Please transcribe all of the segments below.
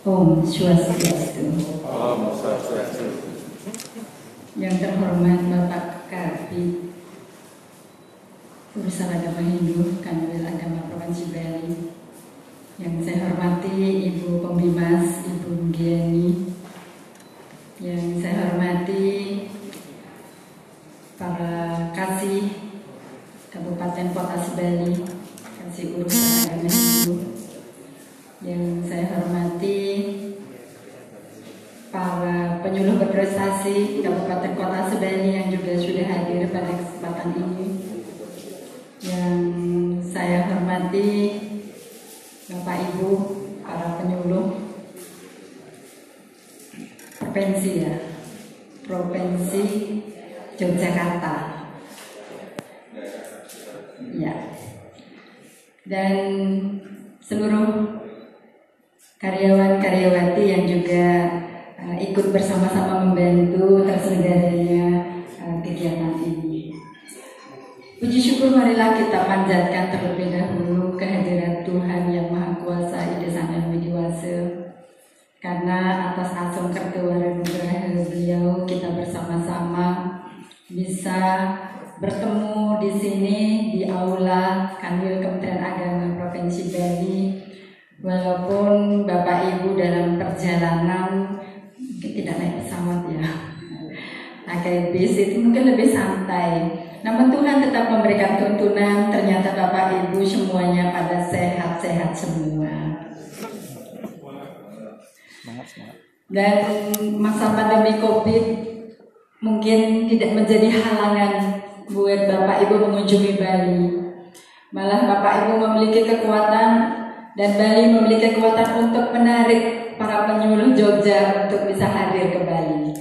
Om Swastiastu. Om Swastiastu. Yang terhormat Bapak Kabid Urusan Agama Hindu Kanwil Agama Provinsi Bali, yang saya hormati Ibu Pembimas, Ibu Giani, yang saya hormati para kasih Kabupaten Kota Bali, kasih urusan agama Hindu, yang saya hormati para penyuluh berprestasi Kabupaten Kota Bali yang juga sudah hadir pada kesempatan ini, yang saya hormati Bapak Ibu para penyuluh Provinsi Yogyakarta, ya, dan seluruh karyawan-karyawati yang juga ikut bersama-sama membantu terselenggaranya kegiatan ini. Puji syukur marilah kita panjatkan terlebih dahulu kehadiran Tuhan yang Maha Kuasa Ida Sang Hyang Widiwasa, karena atas asung kertewara nugraha beliau kita bersama-sama bisa bertemu di sini di aula Kanwil Kementerian Agama Provinsi Bali. Walaupun Bapak Ibu dalam perjalanan mungkin tidak naik pesawat ya, pakai bis itu mungkin lebih santai, namun Tuhan tetap memberikan tuntunan. Ternyata Bapak Ibu semuanya pada sehat-sehat semua. Dan masa pandemi COVID mungkin tidak menjadi halangan buat Bapak Ibu mengunjungi Bali. Malah Bapak Ibu memiliki kekuatan, dan Bali memiliki kekuatan untuk menarik para penyuluh Jogja untuk bisa hadir ke Bali.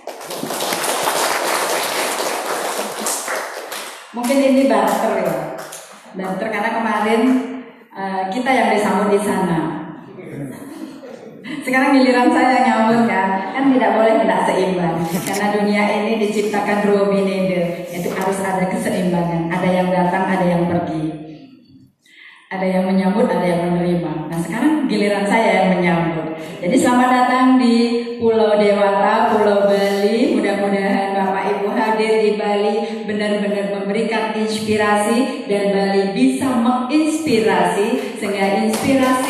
Mungkin ini barter ya, barter karena kemarin kita yang disambut di sana. Sekarang giliran saya nyambut kan tidak boleh tidak seimbang, karena dunia ini diciptakan dua binede, itu harus ada keseimbangan. Ada yang datang, ada yang pergi. Ada yang menyambut, ada yang menerima. Nah sekarang giliran saya yang menyambut. Jadi selamat datang di Pulau Dewata, Pulau Bali. Mudah-mudahan Bapak Ibu hadir di Bali benar-benar memberikan inspirasi, dan Bali bisa menginspirasi sehingga inspirasi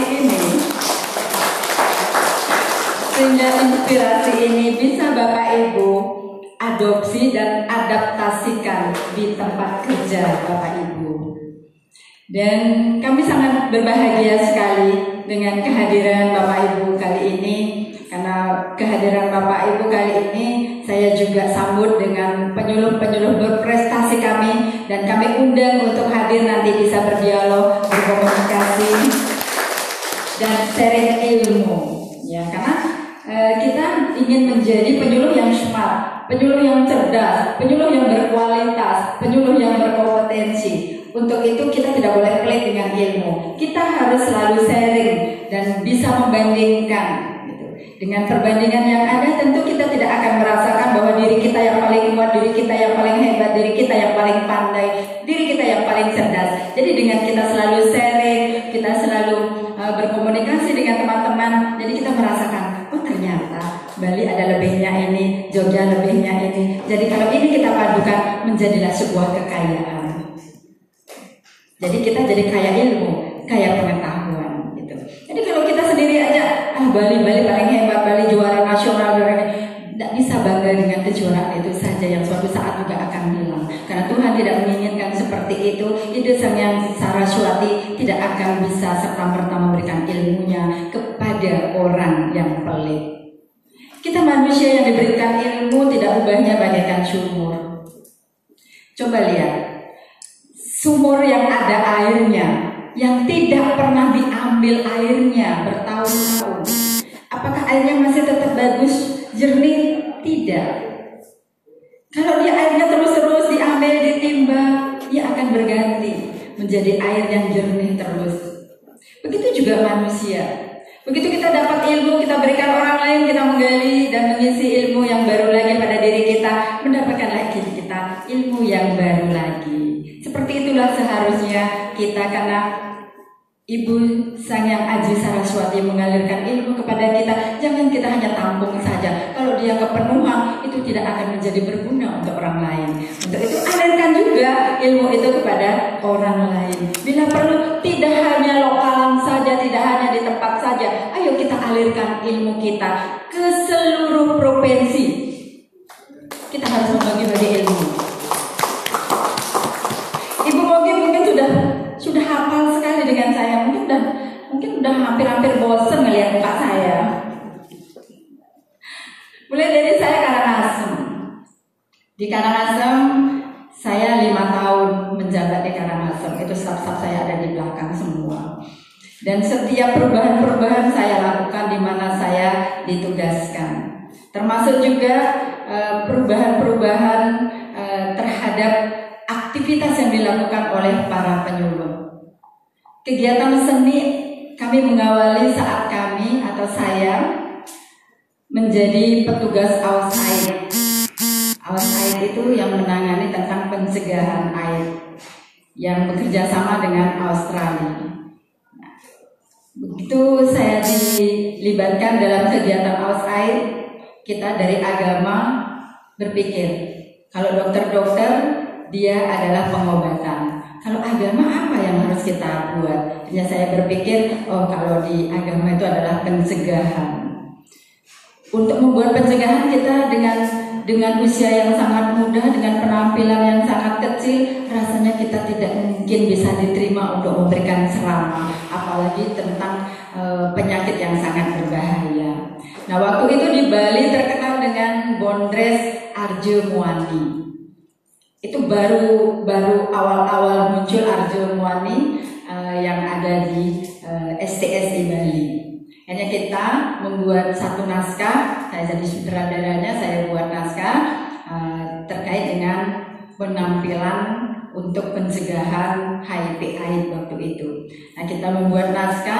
ini bisa Bapak Ibu adopsi dan adaptasikan di tempat kerja Bapak Ibu. Dan kami sangat berbahagia sekali dengan kehadiran Bapak Ibu kali ini, karena kehadiran Bapak Ibu kali ini saya juga sambut dengan penyuluh-penyuluh berprestasi kami, dan kami undang untuk hadir nanti bisa berdialog, berkomunikasi, dan sharing ilmu ya, karena kita ingin menjadi penyuluh yang smart, penyuluh yang cerdas, penyuluh yang berkualitas, penyuluh yang berkompetensi. Untuk itu kita tidak boleh pelit dengan ilmu. Kita harus selalu sharing dan bisa membandingkan gitu. Dengan perbandingan yang ada tentu kita tidak akan merasakan bahwa diri kita yang paling kuat, diri kita yang paling hebat, diri kita yang paling pandai, diri kita yang paling cerdas. Jadi dengan kita selalu sharing, kita selalu berkomunikasi dengan teman-teman, jadi kita merasakan, oh ternyata Bali ada lebihnya ini, Jogja lebihnya ini. Jadi kalau ini kita padukan, menjadilah sebuah kekayaan. Jadi kita jadi kaya ilmu, kaya pengetahuan gitu. Jadi kalau kita sendiri aja, Bali paling hebat, Bali juara nasional, tidak bisa bangga dengan kejuaraan itu saja yang suatu saat juga akan hilang. Karena Tuhan tidak menginginkan seperti itu. Ida Sang Hyang Saraswati tidak akan bisa serta-merta memberikan ilmunya kepada orang yang pelit. Kita manusia yang diberikan ilmu tidak ubahnya bagaikan sumur. Coba lihat. Sumur yang ada airnya, yang tidak pernah diambil airnya bertahun-tahun. Apakah airnya masih tetap bagus, jernih? Tidak. Kalau dia airnya terus-terus diambil, ditimba, dia akan berganti menjadi air yang jernih terus. Begitu juga manusia. Begitu kita dapat ilmu, kita berikan orang lain, kita menggali dan mengisi ilmu yang baru lagi pada diri kita, mendapatkan lagi kita ilmu yang baru lagi. Seperti itulah seharusnya kita, karena Ibu Sang Hyang Aji Saraswati mengalirkan ilmu kepada kita, jangan kita hanya tampung saja. Kalau dia kepenuhan, itu tidak akan menjadi berguna untuk orang lain. Untuk itu alirkan juga ilmu itu kepada orang lain. Bila perlu, tidak hanya lokalan saja, tidak hanya di tempat saja. Ayo kita alirkan ilmu kita ke seluruh provinsi. Kita harus membagi-bagi ilmu. Ibu Mogi mungkin sudah hafal sekali dengan saya, mungkin udah hampir bosan ngelihat muka saya. Mulai dari saya Karangasem. Di Karangasem saya 5 tahun menjabat di Karangasem. Itu staf-staf saya ada di belakang semua. Dan setiap perubahan-perubahan saya lakukan di mana saya ditugaskan. Termasuk juga perubahan-perubahan terhadap aktivitas yang dilakukan oleh para penyuluh. Kegiatan seni kami mengawali saat kami atau saya menjadi petugas AUSAID. AUSAID itu yang menangani tentang pencegahan AIDS yang bekerja sama dengan Australia. Nah, begitu saya dilibatkan dalam kegiatan AUSAID, kita dari agama berpikir kalau dokter-dokter dia adalah pengobatan. Kalau agama apa yang harus kita buat? Hanya saya berpikir, kalau di agama itu adalah pencegahan. Untuk membuat pencegahan kita dengan usia yang sangat muda, dengan penampilan yang sangat kecil, rasanya kita tidak mungkin bisa diterima untuk memberikan ceramah, apalagi tentang penyakit yang sangat berbahaya. Nah, waktu itu di Bali terkenal dengan Bondres Arjo Muani. Itu baru awal-awal muncul Arjo Muani yang ada di STS di Bali. Hanya kita membuat satu naskah, saya jadi sutradaranya, saya buat naskah terkait dengan penampilan untuk pencegahan HIV/AIDS waktu itu. Nah, kita membuat naskah,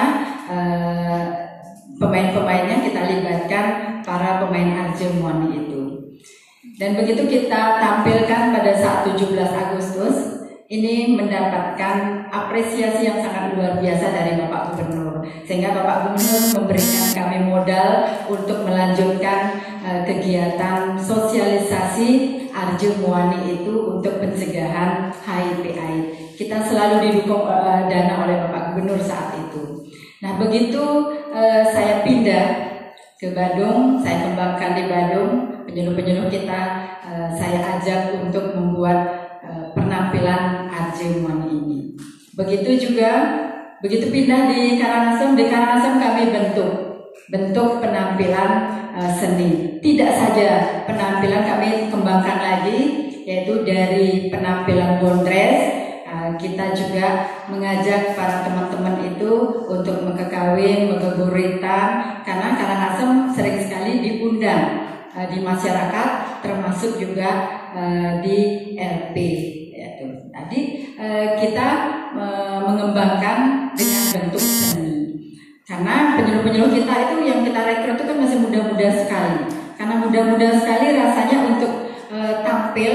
pemain-pemainnya kita libatkan para pemain Arjo Muani itu. Dan begitu kita tampilkan pada saat 17 Agustus, ini mendapatkan apresiasi yang sangat luar biasa dari Bapak Gubernur. Sehingga Bapak Gubernur memberikan kami modal untuk melanjutkan kegiatan sosialisasi Arjo Muani itu untuk pencegahan HIV/AIDS. Kita selalu didukung dana oleh Bapak Gubernur saat itu. Nah, begitu saya pindah ke Badung, saya kembangkan di Badung, penyuluh-penyuluh kita saya ajak untuk membuat penampilan Arjo Muani ini. Begitu pindah di Karangasem kami bentuk penampilan seni. Tidak saja penampilan kami kembangkan lagi, yaitu dari penampilan Bondres. Kita juga mengajak para teman-teman itu untuk mengekawin, mengeguritan, karena Karangasem sering sekali diundang di masyarakat, termasuk juga di RP. Jadi kita mengembangkan dengan bentuk seni. Karena penyuluh-penyuluh kita itu yang kita rekrut itu kan masih muda-muda sekali. Karena muda-muda sekali rasanya untuk tampil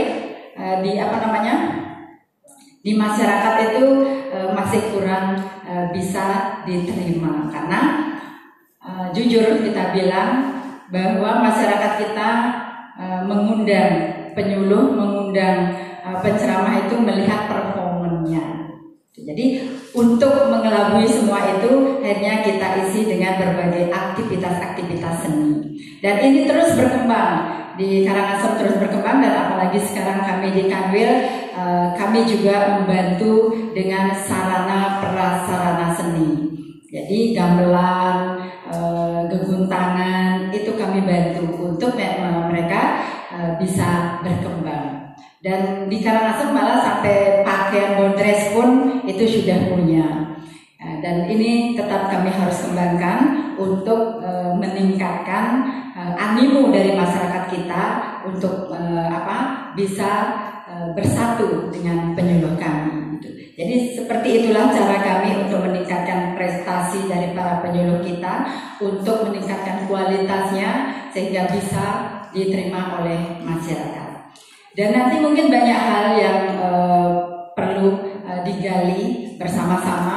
di masyarakat itu masih kurang bisa diterima. Karena jujur kita bilang bahwa masyarakat kita mengundang penyuluh, mengundang penceramah itu melihat performanya. Jadi untuk mengelabui semua itu akhirnya kita isi dengan berbagai aktivitas-aktivitas seni. Dan ini terus berkembang di Karangasem, terus berkembang, dan apalagi sekarang kami di Kanwil, kami juga membantu dengan sarana prasarana seni. Jadi gamelan, geguntangan itu kami bantu untuk mereka bisa berkembang. Dan di Karangasem malah sampai pakaian Bondres pun itu sudah punya. Dan ini tetap kami harus kembangkan untuk meningkatkan animo dari masyarakat kita untuk bisa bersatu dengan penyuluh kami. Jadi seperti itulah cara kami untuk meningkatkan prestasi dari para penyuluh kita, untuk meningkatkan kualitasnya sehingga bisa diterima oleh masyarakat. Dan nanti mungkin banyak hal yang perlu digali bersama-sama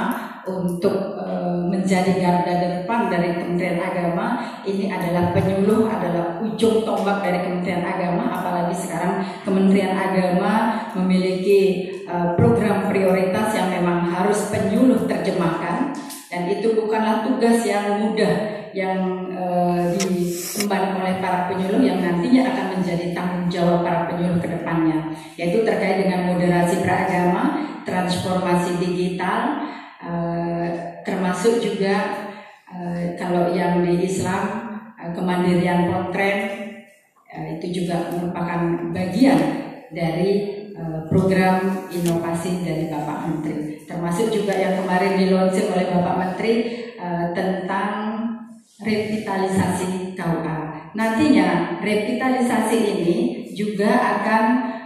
untuk menjadi garda depan dari Kementerian Agama. Ini adalah penyuluh, adalah ujung tombak dari Kementerian Agama. Apalagi sekarang Kementerian Agama memiliki program prioritas yang memang harus penyuluh terjemahkan, dan itu bukanlah tugas yang mudah yang diemban oleh para penyuluh yang nantinya akan menjadi tanggung jawab para penyuluh ke depannya, yaitu terkait dengan moderasi beragama, transformasi digital, termasuk juga kalau yang di Islam kemandirian potret, itu juga merupakan bagian dari program inovasi dari Bapak Menteri. Termasuk juga yang kemarin dilaunching oleh Bapak Menteri tentang revitalisasi KUA. Nantinya revitalisasi ini juga akan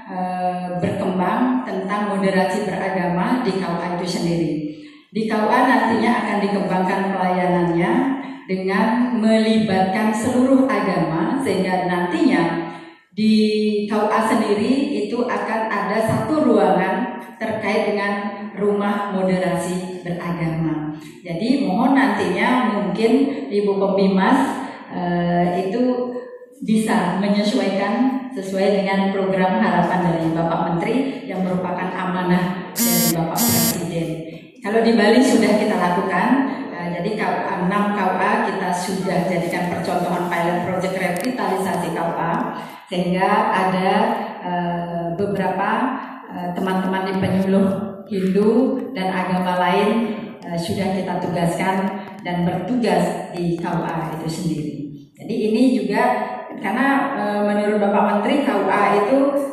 berkembang tentang moderasi beragama di KUA itu sendiri. Di KUA nantinya akan dikembangkan pelayanannya dengan melibatkan seluruh agama, sehingga nantinya di KUA sendiri itu akan ada satu ruangan terkait dengan rumah moderasi beragama. Jadi mohon nantinya mungkin Ibu Pembimas itu bisa menyesuaikan sesuai dengan program harapan dari Bapak Menteri yang merupakan amanah dari Bapak Presiden. Kalau di Bali sudah kita lakukan, jadi 6 KUA kita sudah jadikan percontohan pilot project revitalisasi KUA, sehingga ada beberapa teman-teman di penyuluh Hindu dan agama lain sudah kita tugaskan dan bertugas di KUA itu sendiri. Jadi ini juga karena menurut Bapak Menteri KUA itu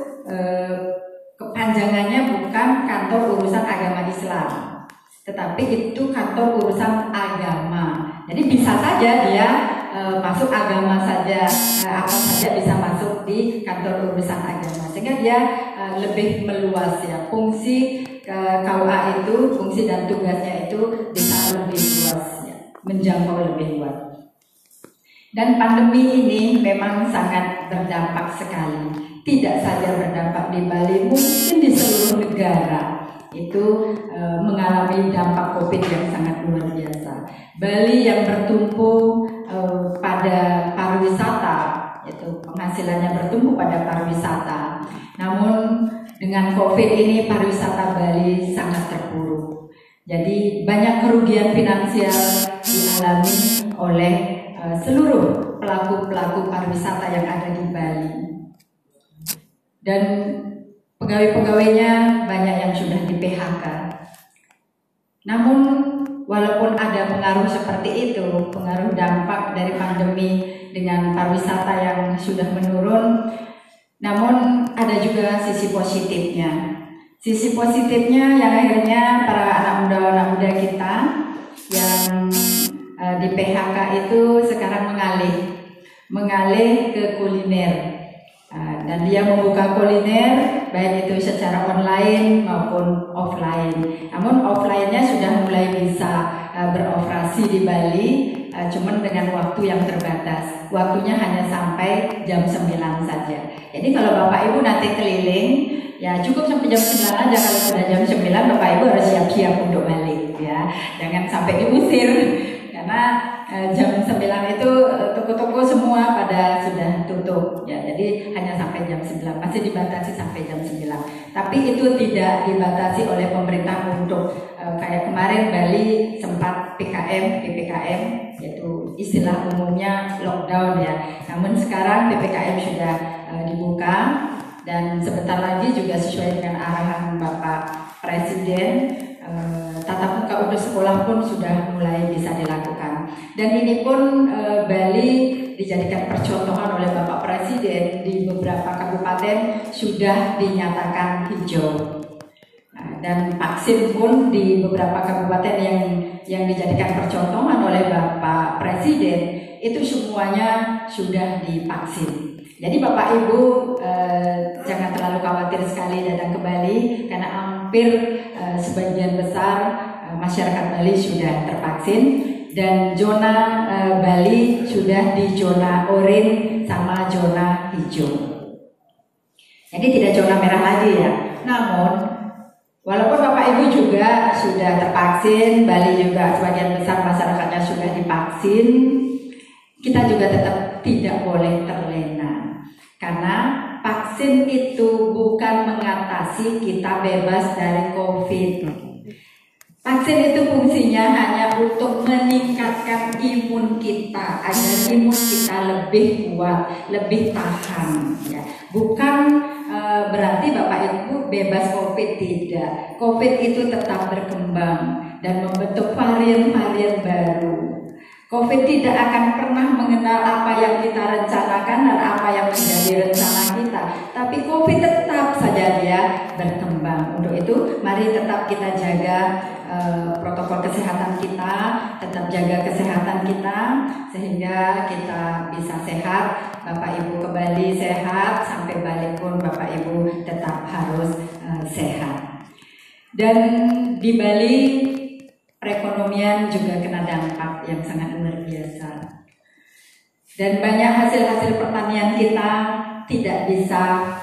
kepanjangannya bukan kantor urusan agama Islam, tetapi itu kantor urusan agama. Jadi bisa saja dia masuk agama saja, apa saja bisa masuk di kantor urusan agama, sehingga dia lebih meluas ya. Fungsi KUA itu, fungsi dan tugasnya itu bisa lebih luas ya, menjangkau lebih luas. Dan pandemi ini memang sangat berdampak sekali. Tidak saja berdampak di Bali, mungkin di seluruh negara itu mengalami dampak COVID yang sangat luar biasa. Bali yang bertumpu pada pariwisata, itu penghasilannya bertumpu pada pariwisata. Namun dengan COVID ini pariwisata Bali sangat terpuruk. Jadi banyak kerugian finansial dialami oleh seluruh pelaku-pelaku pariwisata yang ada di Bali. Dan pegawai-pegawainya banyak yang sudah di PHK. Namun walaupun ada pengaruh seperti itu, pengaruh dampak dari pandemi dengan pariwisata yang sudah menurun, namun ada juga sisi positifnya. Sisi positifnya yang akhirnya para anak muda kita yang di PHK itu sekarang mengalih ke kuliner. Dan dia membuka kuliner baik itu secara online maupun offline. Namun offline-nya sudah mulai bisa beroperasi di Bali, cuman dengan waktu yang terbatas. Waktunya hanya sampai jam 9 saja. Jadi kalau Bapak Ibu nanti keliling, ya cukup sampai jam 9 aja. Kalau sudah jam 9 Bapak Ibu harus siap-siap untuk balik ya. Jangan sampai diusir. Karena jam 9 itu toko-toko semua pada sudah tutup ya, jadi hanya sampai jam 9, masih dibatasi sampai jam 9. Tapi itu tidak dibatasi oleh pemerintah untuk kayak kemarin Bali sempat PPKM, yaitu istilah umumnya lockdown ya. Namun sekarang PPKM sudah dibuka, dan sebentar lagi juga sesuai dengan arahan Bapak Presiden, tatap muka untuk sekolah pun sudah mulai bisa dilakukan. Dan ini pun Bali dijadikan percontohan oleh Bapak Presiden, di beberapa kabupaten sudah dinyatakan hijau. Dan vaksin pun di beberapa kabupaten yang dijadikan percontohan oleh Bapak Presiden itu semuanya sudah divaksin. Jadi Bapak Ibu jangan terlalu khawatir sekali datang ke Bali, karena hampir sebagian besar masyarakat Bali sudah tervaksin, dan zona Bali sudah di zona oranye sama zona hijau. Jadi tidak zona merah lagi ya. Namun Walaupun Bapak Ibu juga sudah tervaksin, Bali juga sebagian besar masyarakatnya sudah divaksin, kita juga tetap tidak boleh terlena. Karena vaksin itu bukan mengatasi kita bebas dari COVID. Vaksin itu fungsinya hanya untuk meningkatkan imun kita agar imun kita lebih kuat, lebih tahan. Ya. Bukan berarti Bapak Ibu bebas COVID, tidak. COVID itu tetap berkembang dan membentuk varian-varian baru. COVID tidak akan pernah mengenal apa yang kita rencanakan dan apa yang menjadi rencana kita. Tapi COVID tetap saja dia berkembang. Untuk itu mari tetap kita jaga protokol kesehatan kita, tetap jaga kesehatan kita sehingga kita bisa sehat. Bapak Ibu ke Bali sehat, sampai balik pun Bapak Ibu tetap harus sehat. Dan di Bali perekonomian juga kena dampak yang sangat luar biasa. Dan banyak hasil-hasil pertanian kita tidak bisa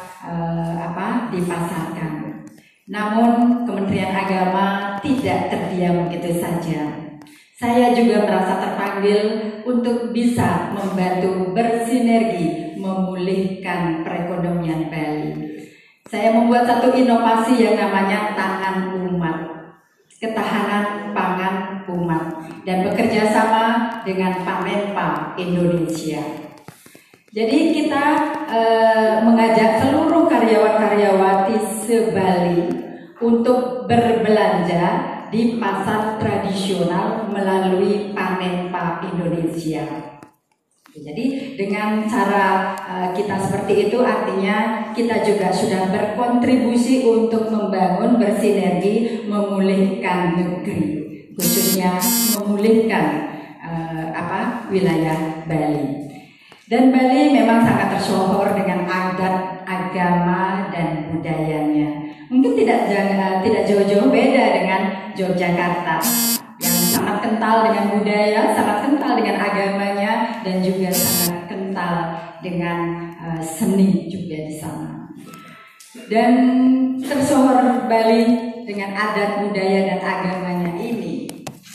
dipasarkan. Namun Kementerian Agama tidak terdiam begitu saja. Saya juga merasa terpanggil untuk bisa membantu bersinergi memulihkan perekonomian Bali. Saya membuat satu inovasi yang namanya Tangan Umat, Ketahanan Pangan Umat, dan bekerja sama dengan Pamenpa Indonesia. Jadi kita mengajak seluruh karyawan-karyawati se-Bali untuk berbelanja di pasar tradisional melalui Pamenpa Indonesia. Jadi dengan cara kita seperti itu artinya kita juga sudah berkontribusi untuk membangun, bersinergi, memulihkan negeri, khususnya memulihkan wilayah Bali. Dan Bali memang sangat tersohor dengan adat, agama, dan budayanya. Mungkin tidak jauh-jauh beda dengan Yogyakarta yang sangat kental dengan budaya, sangat kental dengan agamanya, dan juga sangat kental dengan seni juga di sana. Dan tersohor Bali dengan adat, budaya, dan agamanya ini,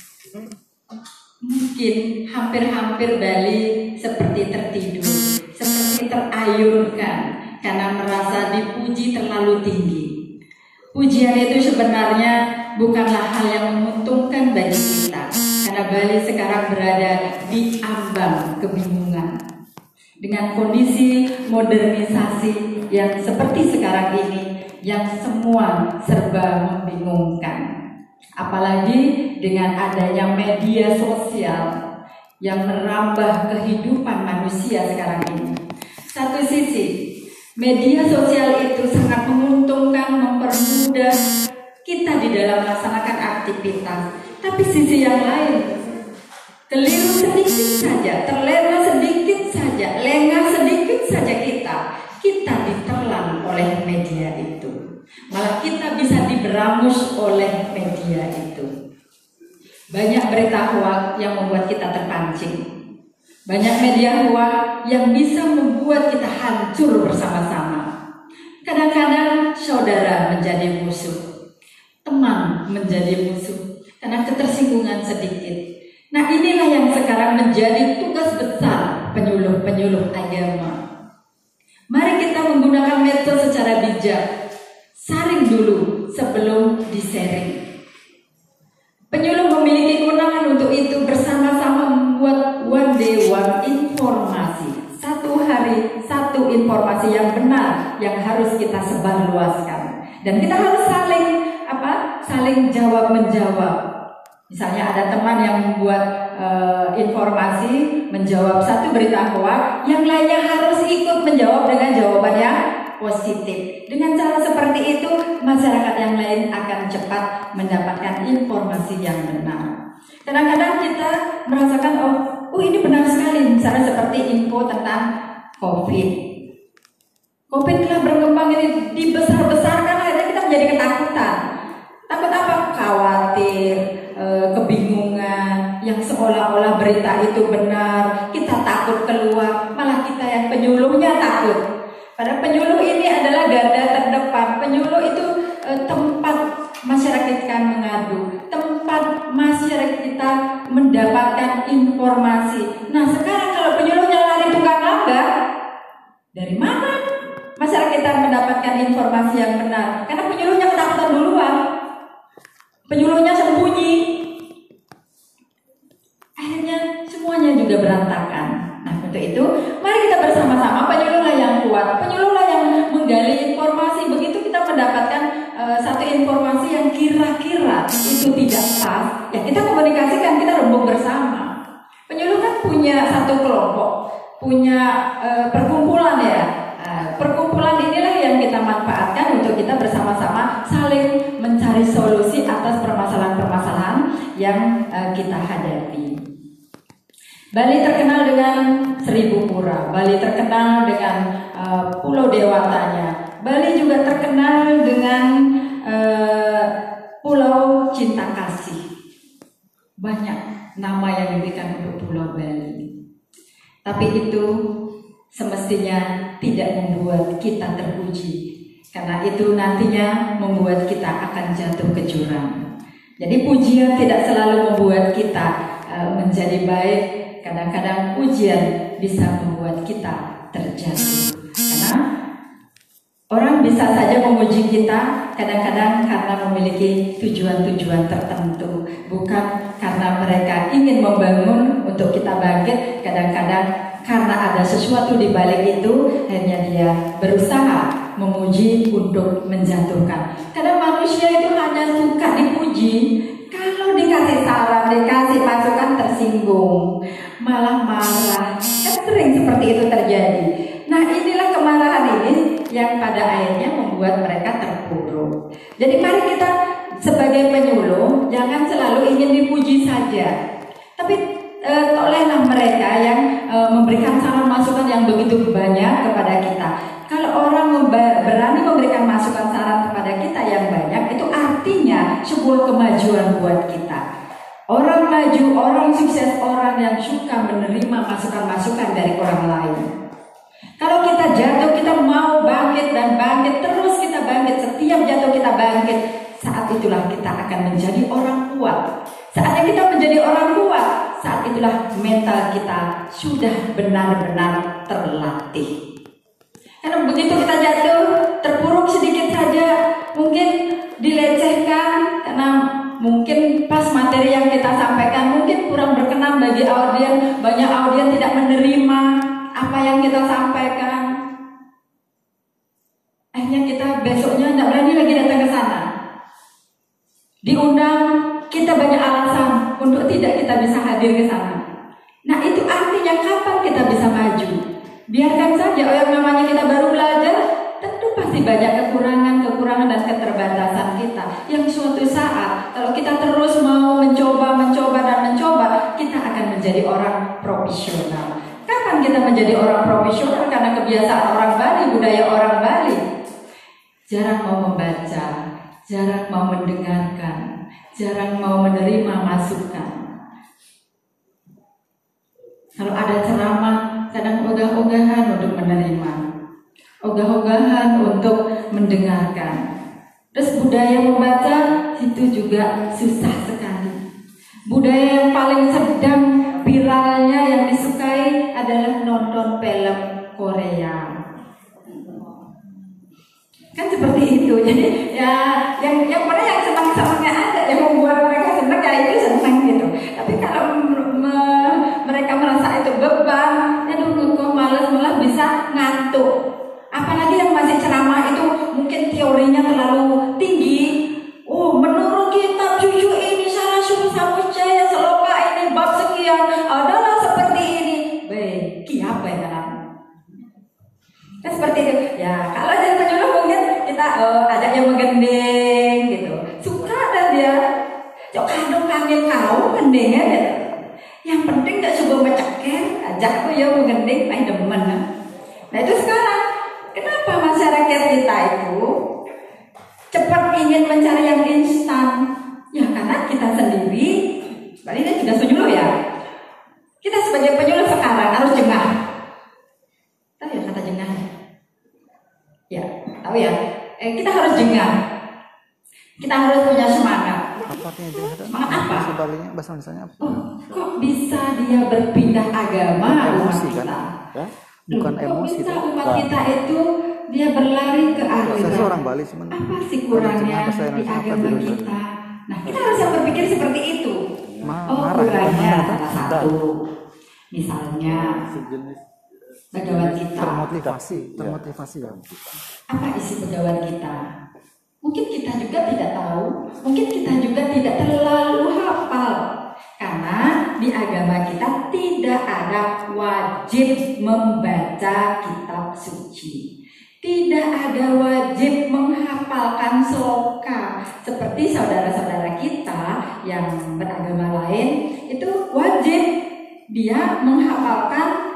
mungkin hampir-hampir Bali seperti tertidur, seperti terayunkan karena merasa dipuji terlalu tinggi. Pujian itu sebenarnya bukanlah hal yang menguntungkan bagi kita, karena Bali sekarang berada di ambang kebingungan. Dengan kondisi modernisasi yang seperti sekarang ini, yang semua serba membingungkan. Apalagi dengan adanya media sosial yang merambah kehidupan manusia sekarang ini. Satu sisi, media sosial itu sangat menguntungkan, mempermudah kita di dalam melaksanakan aktivitas. Tapi sisi yang lain, keliru sedikit saja, terlena sedikit saja, lengah sedikit saja kita ditelan oleh media itu. Malah kita bisa diberamus oleh media itu. Banyak berita hoak yang membuat kita terpancing. Banyak media hoak yang bisa membuat kita hancur bersama-sama. Kadang-kadang saudara menjadi musuh, teman menjadi musuh karena ketersinggungan sedikit. Nah, inilah yang sekarang menjadi tugas besar penyuluh-penyuluh agama. Mari kita menggunakan medsos secara bijak. Saring dulu sebelum di-sharing. Penyuluh memiliki kewenangan untuk itu, bersama-sama membuat one day one informasi. Satu hari satu informasi yang benar yang harus kita sebarluaskan. Dan kita harus saling jawab menjawab. Misalnya ada teman yang membuat informasi, menjawab satu berita hoak, yang lainnya harus ikut menjawab dengan jawaban yang positif. Dengan cara seperti itu, masyarakat yang lain akan cepat mendapatkan informasi yang benar. Kadang-kadang kita merasakan, oh ini benar sekali, misalnya seperti info tentang COVID. COVID telah berkembang ini dibesar-besarkan, akhirnya kita menjadi ketakutan. Takut apa? Khawatir, kebingungan, yang seolah-olah berita itu benar, kita takut keluar, malah kita yang penyuluhnya takut. Padahal penyuluh ini adalah garda terdepan. Penyuluh itu tempat masyarakat kita mengadu, tempat masyarakat kita mendapatkan informasi. Nah sekarang kalau penyuluhnya lari tukang langgar, dari mana masyarakat kita mendapatkan informasi yang benar? Karena penyuluhnya ketakutan duluan, penyuluhnya sembunyi, akhirnya semuanya juga berantakan. Nah untuk itu mari kita bersama-sama, penyuluhlah yang kuat, penyuluhlah yang menggali informasi. Begitu kita mendapatkan satu informasi yang kira-kira itu tidak pas, ya kita komunikasikan, kita rembuk bersama. Penyuluh kan punya satu kelompok, punya perkumpulan ya. Perkumpulan inilah yang kita manfaatkan untuk kita bersama-sama saling mencari solusi atas permasalahan-permasalahan yang kita hadapi. Bali terkenal dengan 1000 pura, Bali terkenal dengan pulau dewatanya, Bali juga terkenal dengan pulau cinta kasih. Banyak nama yang diberikan untuk pulau Bali. Tapi itu semestinya tidak membuat kita terpuji, karena itu nantinya membuat kita akan jatuh ke jurang. Jadi pujian tidak selalu membuat kita menjadi baik. Kadang-kadang pujian bisa membuat kita terjatuh. Karena orang bisa saja memuji kita kadang-kadang karena memiliki tujuan-tujuan tertentu, bukan karena mereka ingin membangun untuk kita bangkit. Kadang-kadang karena ada sesuatu di balik itu, akhirnya dia berusaha memuji untuk menjatuhkan. Karena manusia itu hanya suka dipuji. Kalau dikasih saran, dikasih masukan, tersinggung, malah marah. Kan sering seperti itu terjadi. Nah inilah kemarahan ini yang pada akhirnya membuat mereka terpuruk. Jadi mari kita sebagai penyuluh jangan selalu ingin dipuji saja, tapi tolehlah mereka yang memberikan saran masukan yang begitu banyak kepada kita. Kalau orang berani memberikan masukan saran kepada kita yang banyak, itu artinya sebuah kemajuan buat kita. Orang maju, orang sukses, orang yang suka menerima masukan-masukan dari orang lain. Kalau kita jatuh, kita mau bangkit dan bangkit, terus kita bangkit. Setiap jatuh kita bangkit. Saat itulah kita akan menjadi orang kuat. Saatnya kita menjadi orang kuat, saat itulah mental kita sudah benar-benar terlatih. Karena begitu kita jatuh, terpuruk sedikit saja, mungkin dilecehkan, karena mungkin pas materi yang kita sampaikan mungkin kurang berkenan bagi audien, banyak audien tidak menerima apa yang kita sampaikan. Akhirnya kita besoknya tidak berani lagi datang ke sana. Diundang, kita banyak alasan untuk tidak kita bisa hadir ke sana. Nah itu artinya kapan kita bisa maju? Biarkan saja yang namanya kita baru belajar, tentu pasti banyak kekurangan dan keterbatasan kita. Yang suatu saat kalau kita terus mau mencoba, kita akan menjadi orang profesional. Kapan kita menjadi orang profesional? Karena kebiasaan orang Bali, budaya orang Bali, jarang mau membaca, jarang mau mendengarkan, jarang mau menerima masukan. Kalau ada ceramah, kadang ogah-ogahan untuk menerima, ogah-ogahan untuk mendengarkan. Terus budaya membaca itu juga susah sekali. Budaya yang paling sedang viralnya yang disukai adalah nonton film Korea. Kan seperti itu. Jadi ya yang mana yang senang-senangnya ada, yang membuat mereka senang ya itu senang gitu. Tapi kalau mereka merasa itu beban, aduh kok malas, malah bisa ngantuk. Apalagi yang masih ceramah itu mungkin teorinya terlalu tinggi. Oh, menurut kitab cucu ini salah susah percaya seloka ini bab sekian adalah seperti ini. Baik, apa ya kan? Kan seperti itu. Ya, kalau jadi penyuluh mungkin kita ada yang menggending gitu. Suka dan dia cok kandung kangen kau gending ya. Yang penting gak coba menceker, ajak aku ya menggending, main demen. Nah itu sekarang, kenapa masyarakat kita itu cepat ingin mencari yang instan? Ya karena kita sendiri, berarti ini juga penyuluh ya. Kita sebagai penyuluh sekarang harus jengah. Tahu ya kata jengah? Ya, tahu ya. Kita harus jengah. Kita harus punya semangat. Apa artinya jahadah? Semangat apa? Sebaliknya bahasa Indonesia apa? Kok bisa dia berpindah agama umat Emosi kan? kita? Ya? Bukan Kok emosi. bisa kan? umat kita itu dia berlari ke Saya aliran? orang Bali cuman. Apa sih kurangnya bahasa di Indonesia apa agama dulu? kita? Nah, kita harus berpikir seperti itu. Marah, Kurangnya marah, salah satu. Misalnya Sejenis pegawai kita. termotivasi ya. Apa isi pegawai kita? Mungkin kita juga tidak tahu, mungkin kita juga tidak terlalu hafal. Karena di agama kita tidak ada wajib membaca kitab suci. Tidak ada wajib menghafalkan sloka. Seperti saudara-saudara kita yang beragama lain, itu wajib dia menghafalkan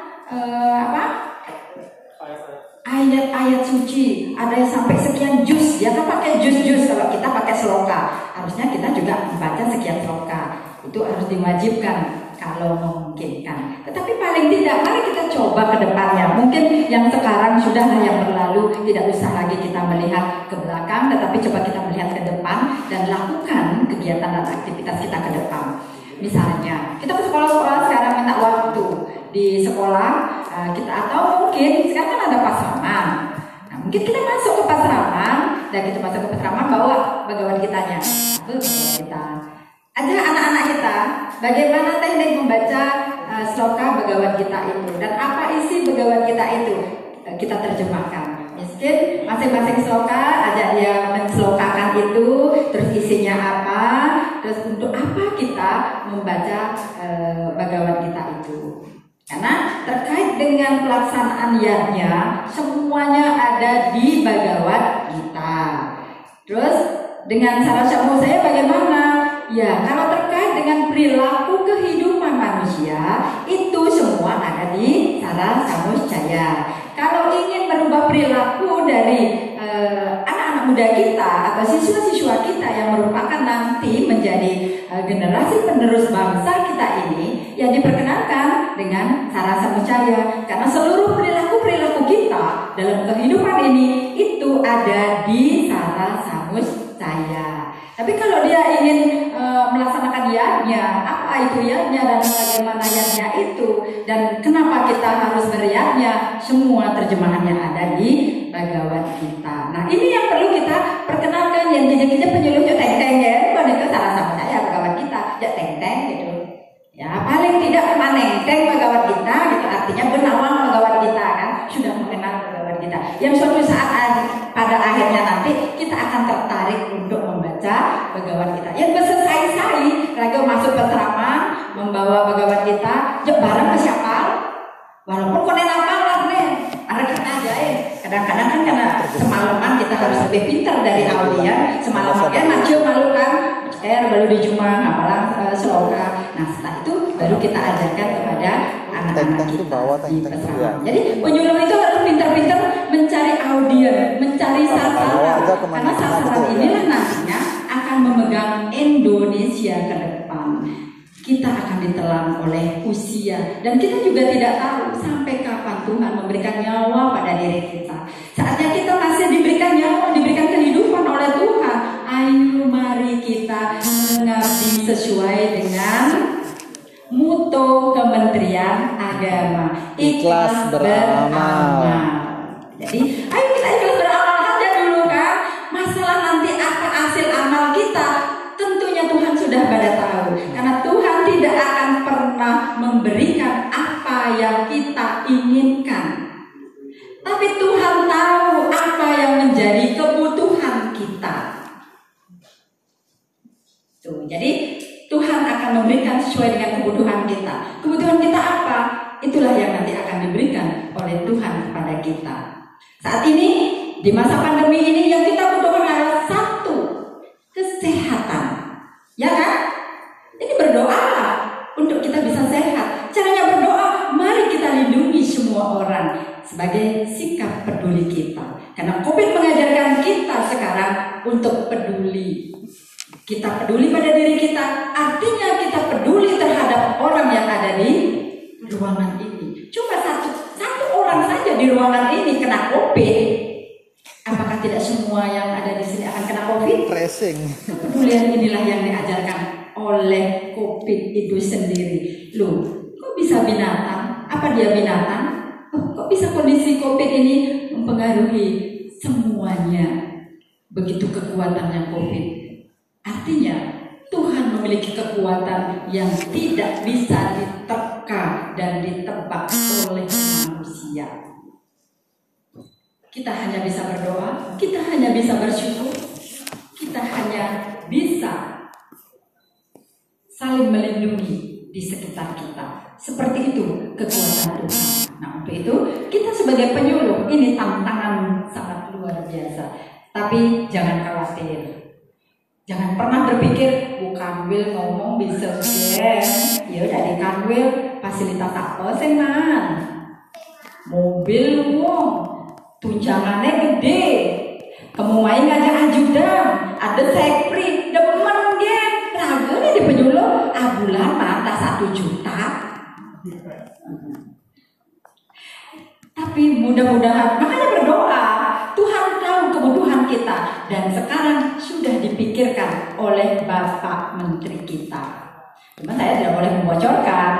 ayat-ayat suci. Ada yang sampai sekian juz. Dia kan pakai juz-juz. Kalau kita pakai sloka, harusnya kita juga membaca sekian sloka. Itu harus diwajibkan kalau memungkinkan. Tetapi paling tidak, mari kita coba ke depannya. Mungkin yang sekarang sudahlah yang berlalu, tidak usah lagi kita melihat ke belakang, tetapi coba kita melihat ke depan dan lakukan kegiatan dan aktivitas kita ke depan. Misalnya, kita ke sekolah-sekolah sekarang minta waktu di sekolah kita, atau mungkin sekarang kan ada pasraman. Nah, mungkin kita masuk ke pasraman dan kita masuk ke pasraman bawa bagawan kitanya. Bagawan kita. Ajak anak-anak kita bagaimana teknik membaca sloka bagawan kita itu dan apa isi bagawan kita itu kita terjemahkan. Mungkin masing-masing sloka ajak dia menslokakan itu, terus isinya apa, terus untuk apa kita membaca bagawan kita itu. Karena terkait dengan pelaksanaan yatnya, semuanya ada di bagawan kita. Terus dengan cara samu saya bagaimana? Ya, kalau terkait dengan perilaku kehidupan manusia, itu semua ada di cara samu saya. Kalau ingin merubah perilaku dari anak-anak muda kita atau siswa-siswa kita yang merupakan nanti menjadi generasi penerus bangsa kita ini, ya diperkenalkan dengan cara samucaya. Karena seluruh perilaku-perilaku kita dalam kehidupan ini itu ada di cara samucaya. Tapi kalau dia ingin melaksanakan yatnya, apa itu yatnya dan bagaimana yatnya itu dan kenapa kita harus beryatnya, semua terjemahannya ada di bagawan kita. Nah, ini yang perlu kita perkenalkan, yang kijak-kijak penyuluh teng-teng ya, bukan itu salah sama saya bagawan kita, ya teng-teng gitu. Ya paling tidak maneng-teng bagawan kita, gitu artinya benawang bagawan kita kan, sudah mengenal bagawan kita. Yang suatu saat pada akhirnya nanti kita akan tertarik untuk membaca bagawan kita. Yang berselesai-sai lagi masuk ke asrama membawa bagawan kita, jok bareng ke siapa? Walaupun konen apa lah nih, ada kita ajain. Kadang-kadang kan karena semalaman kita harus lebih pintar dari aulia. Semalaman kan maju malu kan, baru di Jumat apalah sloka. Nah setelah itu baru kita ajarkan kepada anak-anak kita di pesantren. Jadi penyuluh itu harus pintar-pintar mencari audiens, mencari sasaran. Karena sasaran inilah nantinya akan memegang Indonesia ke depan. Kita akan ditelan oleh usia dan kita juga tidak tahu sampai kapan Tuhan memberikan nyawa pada diri kita. Saatnya kita masih diberikan nyawa, diberikan kehidupan oleh Tuhan. Ayo mari kita mengabdi sesuai dengan mutu Kementerian Agama, ikhlas beramal. Jadi ayo kita ikhlas beramal saja dulu kan. Masalah nanti apa hasil amal kita, tentunya Tuhan sudah pada tahu. Karena Tuhan tidak akan pernah memberikan apa yang kita inginkan, tapi Tuhan tahu apa yang menjadi kebutuhan kita. Tuh, jadi Tuhan akan memberikan sesuai dengan kebutuhan kita. Kebutuhan kita apa? Itulah yang nanti akan diberikan oleh Tuhan kepada kita. Saat ini di masa pandemi ini yang kita butuhkan adalah satu, kesehatan. Ya kan? Ini berdoalah untuk kita bisa sehat. Caranya berdoa, mari kita lindungi semua orang sebagai sikap peduli kita. Karena COVID mengajarkan kita sekarang untuk peduli. Kita peduli pada diri kita, artinya kita peduli terhadap orang yang ada di ruangan ini. Cuma satu orang saja di ruangan ini kena COVID. Apakah tidak semua yang ada di sini akan kena COVID. Tracing. Kepedulian inilah yang diajarkan oleh COVID itu sendiri. Loh, kok bisa binatang? Apa dia binatang? Kok bisa kondisi COVID ini mempengaruhi semuanya? Begitu kekuatannya COVID. Artinya Tuhan memiliki kekuatan yang tidak bisa diterka dan ditebak oleh manusia. Kita hanya bisa berdoa, kita hanya bisa bersyukur, kita hanya bisa saling melindungi di sekitar kita. Seperti itu kekuatan Tuhan. Nah, untuk itu kita sebagai penyuluh ini tantangan sangat luar biasa. Tapi jangan khawatir. Jangan pernah berpikir bukan ngomong bisa ya udah di kanwil fasilitas apa sih man? Mobil wong, tunjangannya gede. Kamu main ada ajudan, ada sekpri, demen dia. Raganya di penyuluh bulan mata 1 juta. Tapi mudah-mudahan makanya berdoa. Tuhan tahu kebutuhan kita dan sekarang sudah dipikirkan oleh Bapak Menteri kita. Cuma saya tidak boleh membocorkan.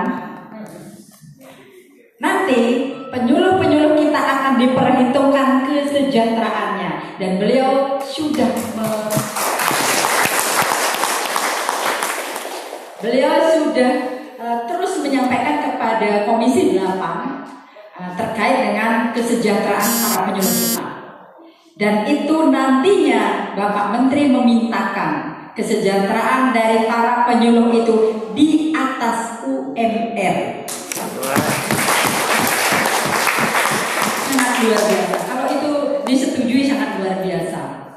Nanti penyuluh-penyuluh kita akan diperhitungkan kesejahteraannya dan beliau sudah terus menyampaikan kepada Komisi 8 terkait dengan kesejahteraan para penyuluh kita. Dan itu nantinya Bapak Menteri memintakan kesejahteraan dari para penyuluh itu di atas UMR. Sangat luar biasa. Kalau itu disetujui sangat luar biasa.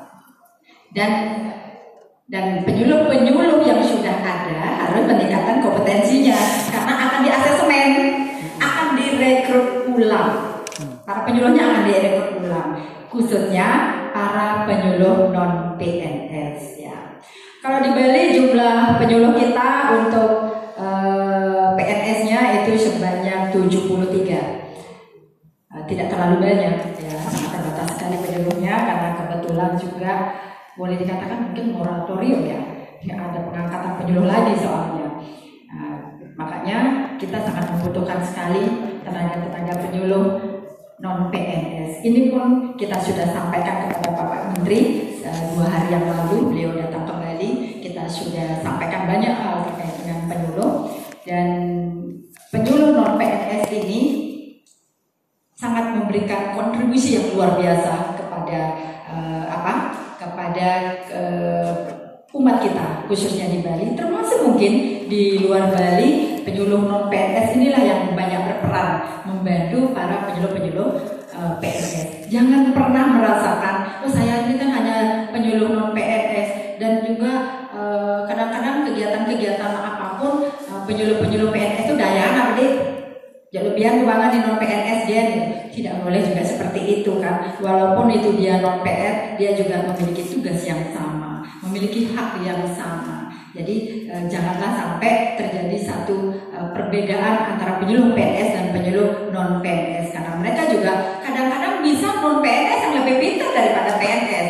Dan penyuluh-penyuluh yang sudah ada harus meningkatkan kompetensinya karena akan diasesmen, akan direkrut ulang. Para penyuluhnya akan direkrut ulang. Khususnya para penyuluh non PNS ya. Kalau di Bali jumlah penyuluh kita untuk PNS-nya itu sebanyak 73. Tidak terlalu banyak ya, sangat terbatas sekali penyuluhnya karena kebetulan juga boleh dikatakan mungkin moratorium ya. Ada pengangkatan penyuluh lagi soalnya. Makanya kita sangat membutuhkan sekali tenaga-tenaga penyuluh non PNS. Ini pun kita sudah sampaikan kepada Bapak Menteri 2 hari yang lalu beliau datang ke Bali. Kita sudah sampaikan banyak hal terkait dengan penyuluh dan penyuluh non PNS ini sangat memberikan kontribusi yang luar biasa kepada umat kita khususnya di Bali, termasuk mungkin di luar Bali. Penyuluh non PNS inilah yang banyak berperan membantu para penyuluh-penyuluh PNS. Jangan pernah merasakan, oh saya ini kan hanya penyuluh non PNS dan juga kadang-kadang kegiatan-kegiatan apapun penyuluh-penyuluh PNS itu dayana deh. Ya lebihan keuangan di non PNS dia tidak boleh juga seperti itu kan. Walaupun itu dia non PNS, dia juga memiliki tugas yang sama, memiliki hak yang sama. Jadi janganlah sampai terjadi satu perbedaan antara penyuluh PNS dan penyuluh non PNS karena mereka juga kadang-kadang bisa non PNS yang lebih pintar daripada PNS.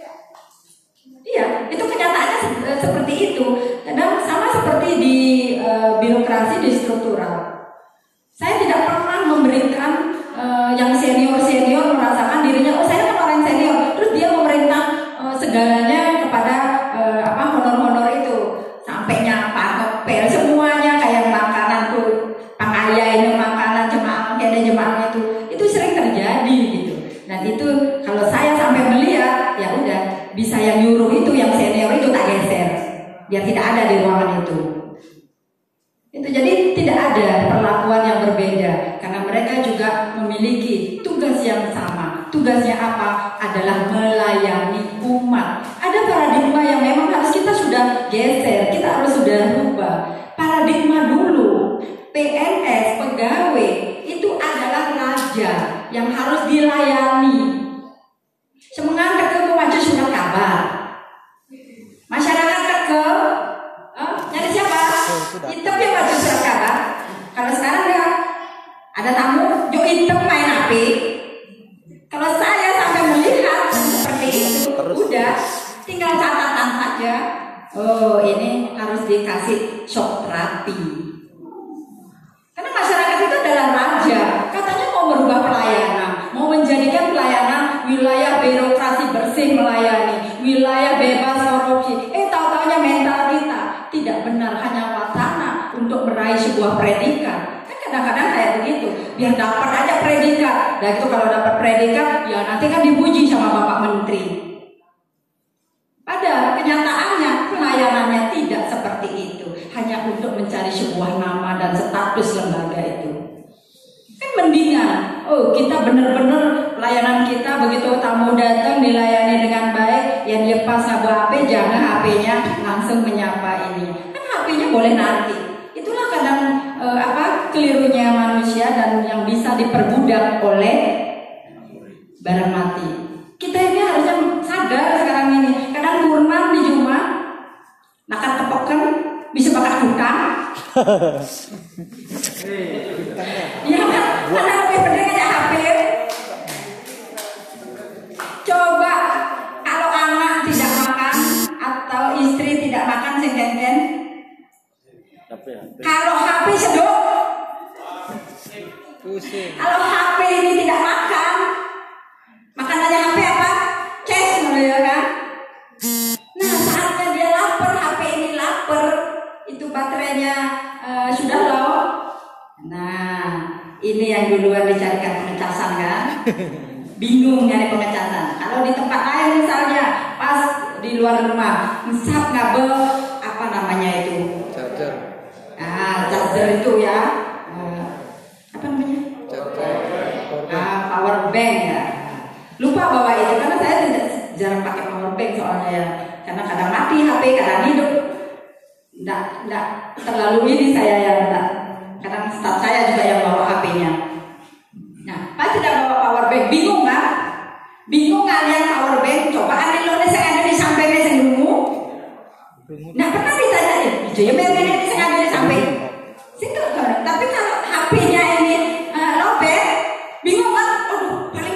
Iya, itu kenyataannya seperti itu. Dan sama seperti di birokrasi, di struktural. Saya tidak pernah memberikan yang senior merasakan dirinya, oh saya kan orang senior, terus dia memerintah segalanya kepada honor-honor itu, sampai nyapa, ngepel semuanya kayak makanan tuh, pangayain makanan jemaah itu sering terjadi gitu. Nah itu kalau saya sampai melihat, ya udah bisa yang nyuruh itu yang senior itu tak geser, biar tidak ada di ruangan itu. Itu jadi tidak ada perlakuan yang berbeda karena mereka juga memiliki tugas yang sama. Tugasnya apa? Adalah melayani umat. Ada paradigma yang memang harus kita sudah geser, kita harus sudah rubah. Paradigma dulu PNS pegawai itu adalah raja yang harus dilayani. Semangat ketemu maju surat kabar. Masyarakat ke nyari siapa? Item yang maju surat kabar. Kalau sekarang ya ada tamu, yuk item main api. Kalau saya sampai melihat seperti itu, udah tinggal catatan saja. Oh, ini harus dikasih shock terapi. Karena masyarakat itu adalah raja. Katanya mau merubah pelayanan, mau menjadikan pelayanan wilayah birokrasi bersih melayani, wilayah bebas korupsi. Tahu-taunya mental kita tidak benar, hanya wacana untuk meraih sebuah predikat. Kan kadang-kadang kayak begitu, biar dapat aja predikat. Dan itu kalau dapat predikat, ya nanti kan dipuji sama Bapak Menteri. Padahal kenyataannya pelayanannya tidak seperti itu, hanya untuk mencari sebuah nama dan status lembaga itu. Kan mendingan, kita benar-benar pelayanan kita begitu tamu datang dilayani dengan baik, yang dia pas ngabu HP jangan HP-nya langsung menyapa ini. Kan HP-nya boleh nanti. Itulah kadang kelirunya manusia dan yang bisa diperbudak oleh barang mati. Kita ini harusnya sadar sekarang ini. Kadang kurman di Jumat, nakan tepokan bisa bakar hutang. Iya kan? Karena lebih penting aja HP. Coba kalau anak tidak makan atau istri tidak makan sengken-sengken. Kalau HP sedot. Kalau HP ini tidak makan, makanannya HP apa? Cash ya kan? Nah saatnya dia lapar, HP ini lapar, itu baterainya sudah low. Nah ini yang duluan dicarikan pengecasan kan? Bingung nyari pengecasan. Kalau di tempat lain misalnya pas di luar rumah, misal ngabel apa namanya itu? Charger. Charger itu ya. Apa namanya? Power bank ya. Lupa bawa itu karena saya jarang pakai power bank soalnya ya. Karena kadang mati HP, kadang hidup. Nggak terlalu ini saya ya. Kadang staff saya juga yang bawa HP-nya. Nah, pas tidak bawa power bank, bingung kan? Bingung kalian power bank? Coba ada saya ada di sampingnya sendiri. Nah, pernah ditanyain, jadi memang saya ada di samping. Tapi kalau HP-nya ini lobet, bingung kan? Aduh, paling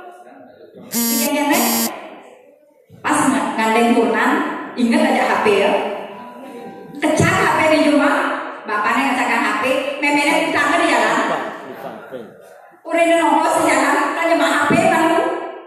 gini pas ngandeng kurnan, ingat aja HP ya. Kecak HP di rumah, bapaknya ngecakkan HP, memenya di tangan ya kan? Urine nongos ya kan? Kan cuma HP lalu.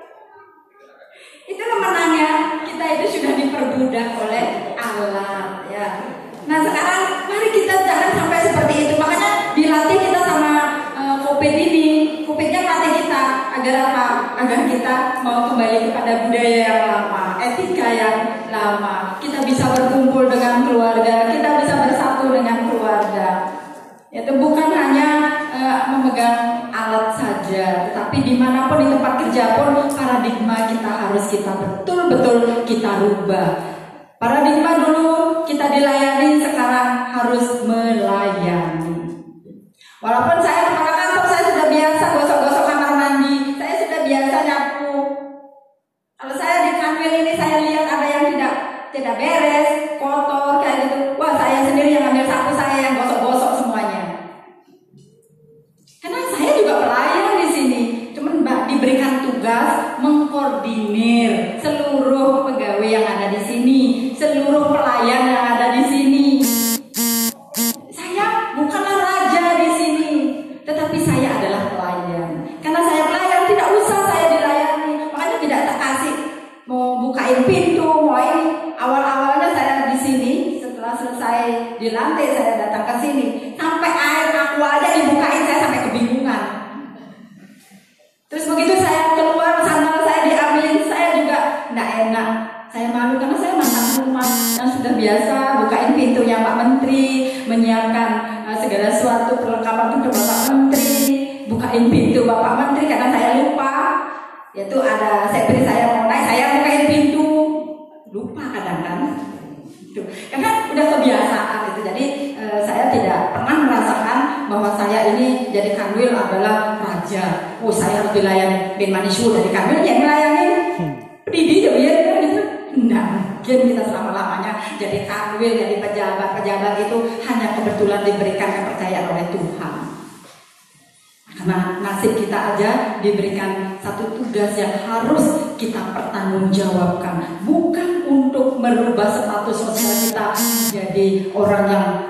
Itu menangnya kita itu sudah diperbudak oleh Allah ya. Nah sekarang mari kita jangan sampai seperti itu. Makanya dilatih kita sama COVID ini. COVID-nya melatih kita agar apa? Agar kita mau kembali kepada budaya yang lama, etika yang lama. Kita bisa berkumpul dengan keluarga, kita bisa bersatu dengan keluarga. Itu bukan hanya memegang alat saja, tetapi dimanapun di tempat kerja pun paradigma kita harus kita betul-betul kita rubah. Paradigma dulu kita dilayani, sekarang harus melayani. Walaupun saya kepala kantor, saya sudah biasa gosok-gosok kamar mandi, saya sudah biasa nyapu. Kalau saya di kanwil ini saya lihat ada yang tidak beres, kotor kayak gitu. Wah, saya sendiri yang ambil sapu, saya yang gosok-gosok semuanya. Karena saya juga pelayan di sini, cuman diberikan tugas mengkoordinir seluruh pegawai yang ada di sini, seluruh pelayan yang ada di sini. Saya bukanlah raja di sini, tetapi saya adalah pelayan. Karena saya pelayan, tidak usah saya dilayani, makanya tidak terkasih mau bukain pintu, mau ini. Awal-awalnya saya di sini, setelah selesai di lantai saya datang ke sini, sampai air aku aja dibukain, saya sampai kebingungan. Terus begitu saya keluar, sandal saya diambilin, saya juga tidak enak. Saya malu karena saya mantan rumah yang sudah biasa bukain pintunya Pak Menteri, menyiapkan segala sesuatu perlengkapan untuk Bapak Menteri, bukain pintu Bapak Menteri karena saya lupa. Yaitu ada sekretari saya mau naik, saya bukain pintu, lupa kadang-kadang. Karena udah kebiasaan gitu. Jadi saya tidak pernah merasakan bahwa saya ini jadi kanwil adalah raja. Oh, saya harus dilayani bin Manisu dari kanwil yang melayani. Pedidi ya gitu. Nah, mungkin kita selama-lamanya jadi kanwil, jadi pejabat itu hanya kebetulan diberikan kepercayaan oleh Tuhan. Karena nasib kita aja diberikan satu tugas yang harus kita pertanggungjawabkan, bukan merubah status sosial kita menjadi orang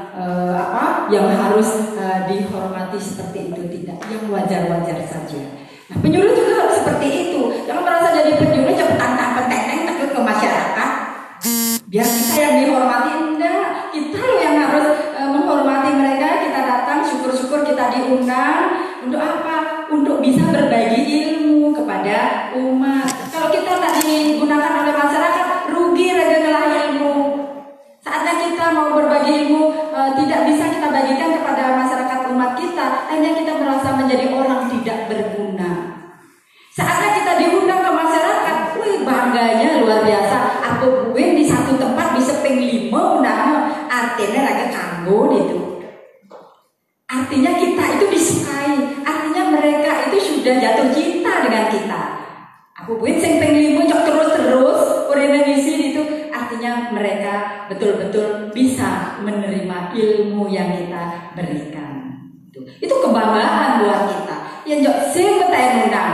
yang harus dihormati seperti itu, tidak, yang wajar-wajar saja. Nah, penyuluh juga harus seperti itu. Jangan merasa jadi penyuluh cepetan teknik ke masyarakat. Biar kita yang dihormati, enggak. Kita loh yang harus menghormati mereka. Kita datang, syukur-syukur kita diundang. Untuk apa? Untuk bisa berbagi ilmu kepada umat. Kalau kita tidak digunakan oleh masyarakat, rugi raga ilmu. Saatnya kita mau berbagi ilmu, tidak bisa kita bagikan kepada masyarakat umat kita. Hanya kita merasa menjadi orang tidak berguna. Saatnya kita diundang ke masyarakat, wih bangganya luar biasa. Aku gue di satu tempat bisa peng 5 undang, artinya lagi kanggo itu. Artinya kita itu disukai, artinya mereka itu sudah jatuh cinta dengan kita. Aku gue sing peng 5 cok terus urine ngisi itu, artinya mereka betul-betul bisa menerima ilmu yang kita berikan. Itu kebanggaan buat kita. Yang jok sing betaen undang,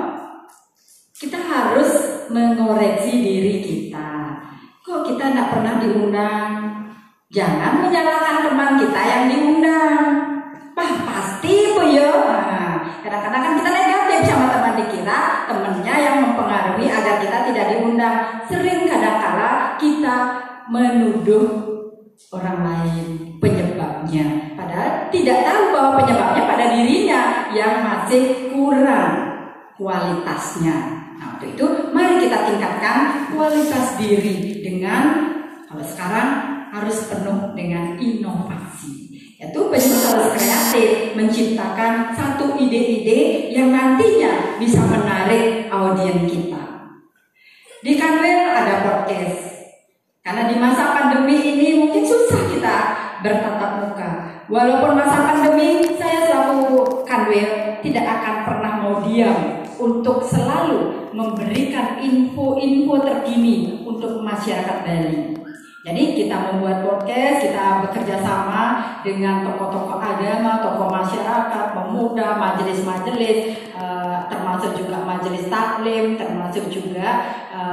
kita harus mengoreksi diri kita. Kok kita tidak pernah diundang? Jangan menyalahkan teman kita yang diundang. Pasti po ya. Kadang-kadang kan kita negatif sama teman, dikira temannya yang mempengaruhi agar kita tidak diundang. Sering kadang-kala kita menuduh orang lain penyebabnya, padahal tidak tahu bahwa penyebabnya pada dirinya yang masih kurang kualitasnya. Nah, untuk itu mari kita tingkatkan kualitas diri dengan, kalau sekarang harus penuh dengan inovasi. Yaitu penyuluh harus kreatif, menciptakan satu ide-ide yang nantinya bisa menarik audiens kita. Di Kanwil ada podcast, karena di masa pandemi ini mungkin susah kita bertatap muka. Walaupun masa pandemi, saya selaku Kanwil tidak akan pernah mau diam untuk selalu memberikan info-info terkini untuk masyarakat Bali. Jadi kita membuat podcast, kita bekerja sama dengan tokoh-tokoh agama, tokoh masyarakat, pemuda, majelis-majelis, termasuk juga majelis taklim, termasuk juga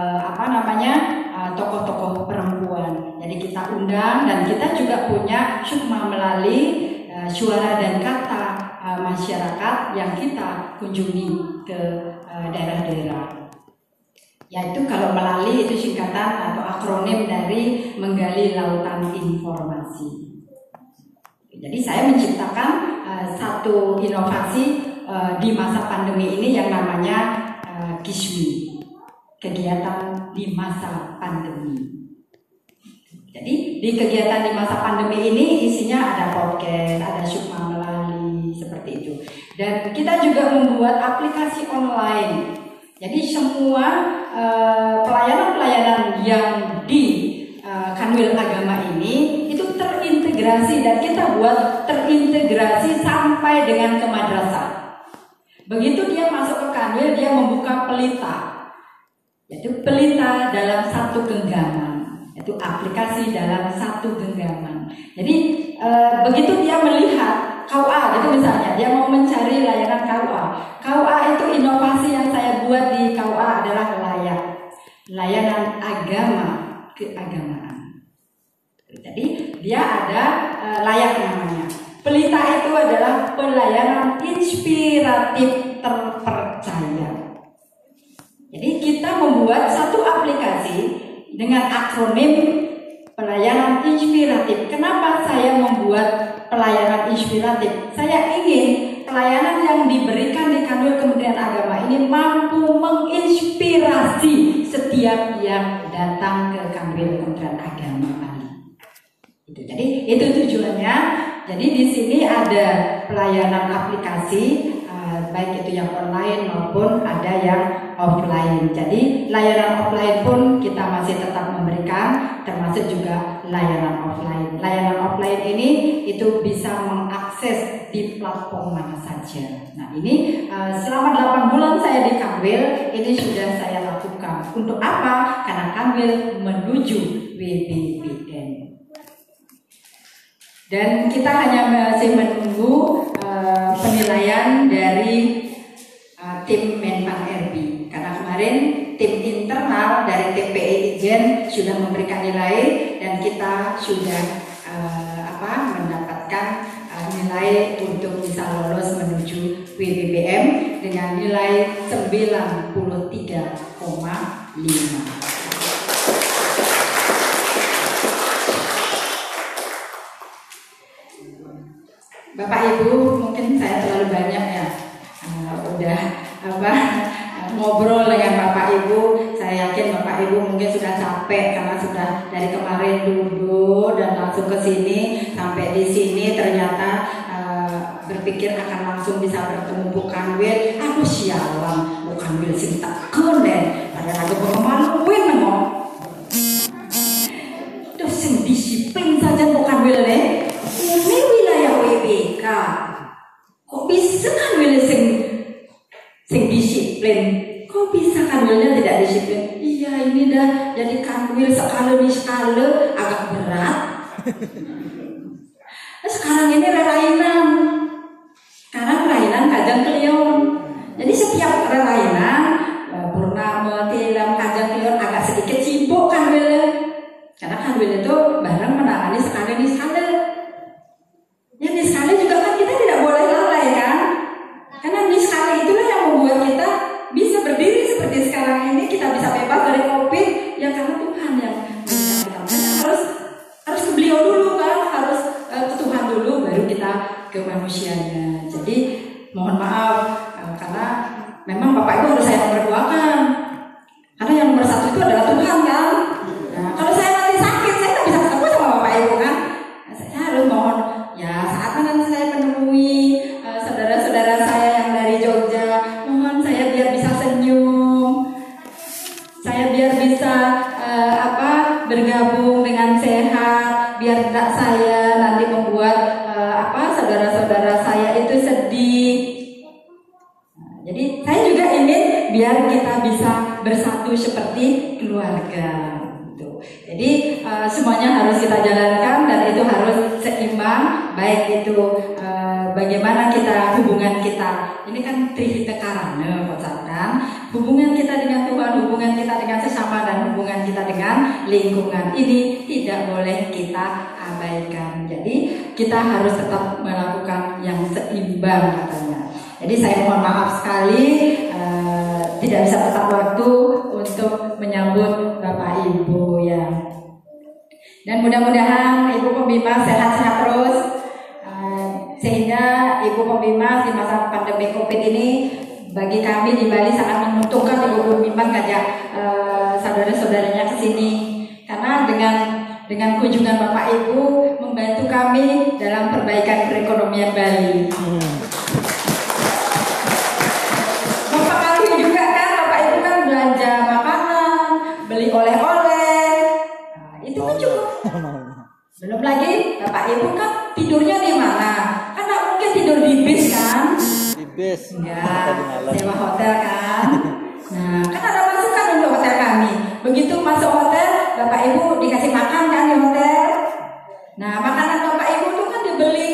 tokoh-tokoh perempuan. Jadi kita undang, dan kita juga punya Syukma melalui suara dan kata masyarakat yang kita kunjungi ke daerah-daerah. Yaitu kalau melalui itu singkatan atau akronim dari menggali lautan informasi. Jadi saya menciptakan satu inovasi di masa pandemi ini yang namanya KISWI, kegiatan di masa pandemi. Jadi di kegiatan di masa pandemi ini isinya ada podcast, ada Syukma melalui seperti itu. Dan kita juga membuat aplikasi online. Jadi semua pelayanan-pelayanan yang di Kanwil Agama ini itu terintegrasi, dan kita buat terintegrasi sampai dengan ke madrasah. Begitu dia masuk ke Kanwil, dia membuka pelita, yaitu pelita dalam satu genggaman, yaitu aplikasi dalam satu genggaman. Jadi begitu dia melihat KUA, itu misalnya dia mau mencari layanan KUA. KUA itu inovasi yang saya buat di KUA adalah layanan agama keagamaan. Jadi dia ada layak namanya. Pelita itu adalah pelayanan inspiratif terpercaya. Jadi kita membuat satu aplikasi dengan akronim pelayanan inspiratif. Kenapa saya membuat pelayanan inspiratif? Saya ingin pelayanan yang diberikan di Kanwil Kementerian Agama ini mampu menginspirasi setiap yang datang ke Kanwil Kementerian Agama Bali. Jadi itu tujuannya. Jadi di sini ada pelayanan aplikasi, baik itu yang online maupun ada yang offline. Jadi layanan offline pun kita masih tetap memberikan, termasuk juga layanan offline. Layanan offline ini itu bisa mengakses di platform mana saja. Nah ini selama 8 bulan saya di Kanwil ini sudah saya lakukan. Untuk apa? Karena Kanwil menuju WBBN. Dan kita hanya masih menunggu penilaian dari tim Menpan RB. Karena kemarin tim internal dari TPIJ Imin sudah memberikan nilai dan kita sudah mendapatkan nilai untuk bisa lolos menuju WBBM dengan nilai 93,5. Bapak Ibu, mungkin saya terlalu banyak ya, udah ngobrol dengan Bapak Ibu. Saya yakin Bapak Ibu mungkin sudah capek karena sudah dari kemarin duduk dan langsung ke sini sampai di sini ternyata berpikir akan langsung bisa bertemu Bu Kanwil. Aku sialan Bu Kanwil sing tak kene, padahal aku pemaluin memang. Terus sing disiplin saja Bu Kanwil nih. Ini wilayah WBK. Kok bisa Kanwil sing disiplin? Kok bisa Kanwilnya tidak disiplin? Iya, ini dah jadi Kanwil sekali agak berat. Sekarang ini relainan. Sekarang relainan Kajang Klion. Jadi setiap relainan Purnama, Tilam, Kajang Klion agak sedikit sibuk Kanwil. Karena Kanwil itu bareng menangani sekali. Yang niskala juga kan kita tidak boleh lalai kan? Karena niskala itulah yang membuat kita bisa berdiri seperti sekarang ini, kita bisa bebas dari COVID ya karena Tuhan yang memberikan kita. Harus ke beliau dulu kan, harus ke Tuhan dulu baru kita ke manusianya. Jadi mohon maaf karena memang Bapak Ibu harus saya nomor 2 kan. Karena yang nomor 1 itu adalah Tuhan kan. Nah, kalau saya nanti sakit saya tak bisa ketemu sama Bapak Ibu kan. Nah, saya harus mohon ya saat nanti saya menemui saudara-saudara saya yang dari Jogja, mohon saya biar bisa senyum, saya biar bisa bergabung dengan sehat, biar tidak saya nanti membuat saudara-saudara saya itu sedih. Nah, jadi saya juga ingin biar kita bisa bersatu seperti keluarga. Jadi semuanya harus kita jalankan dan itu harus seimbang, baik itu bagaimana hubungan kita. Ini kan trihita karana kan, hubungan kita dengan Tuhan, hubungan kita dengan sesama dan hubungan kita dengan lingkungan. Ini tidak boleh kita abaikan. Jadi kita harus tetap melakukan yang seimbang katanya. Jadi saya mohon maaf sekali tidak bisa tepat waktu untuk menyambut Bapak Ibu ya. Dan mudah-mudahan Ibu Pembimas sehat-sehat terus sehingga Ibu Pembimas di masa pandemi COVID ini bagi kami di Bali sangat menguntungkan Ibu Pembimas ngajak saudara-saudaranya ke sini karena dengan kunjungan Bapak Ibu membantu kami dalam perbaikan perekonomian Bali. Belanja makanan, beli oleh-oleh, itu kan cukup. Belum lagi Bapak Ibu kan tidurnya di mana? Kan nggak mungkin tidur di bis kan? Di bis. Ya, sewa hotel kan. Nah, kan ada masukan untuk hotel kami. Begitu masuk hotel, Bapak Ibu dikasih makan kan di hotel. Nah, makanan Bapak Ibu itu kan dibeli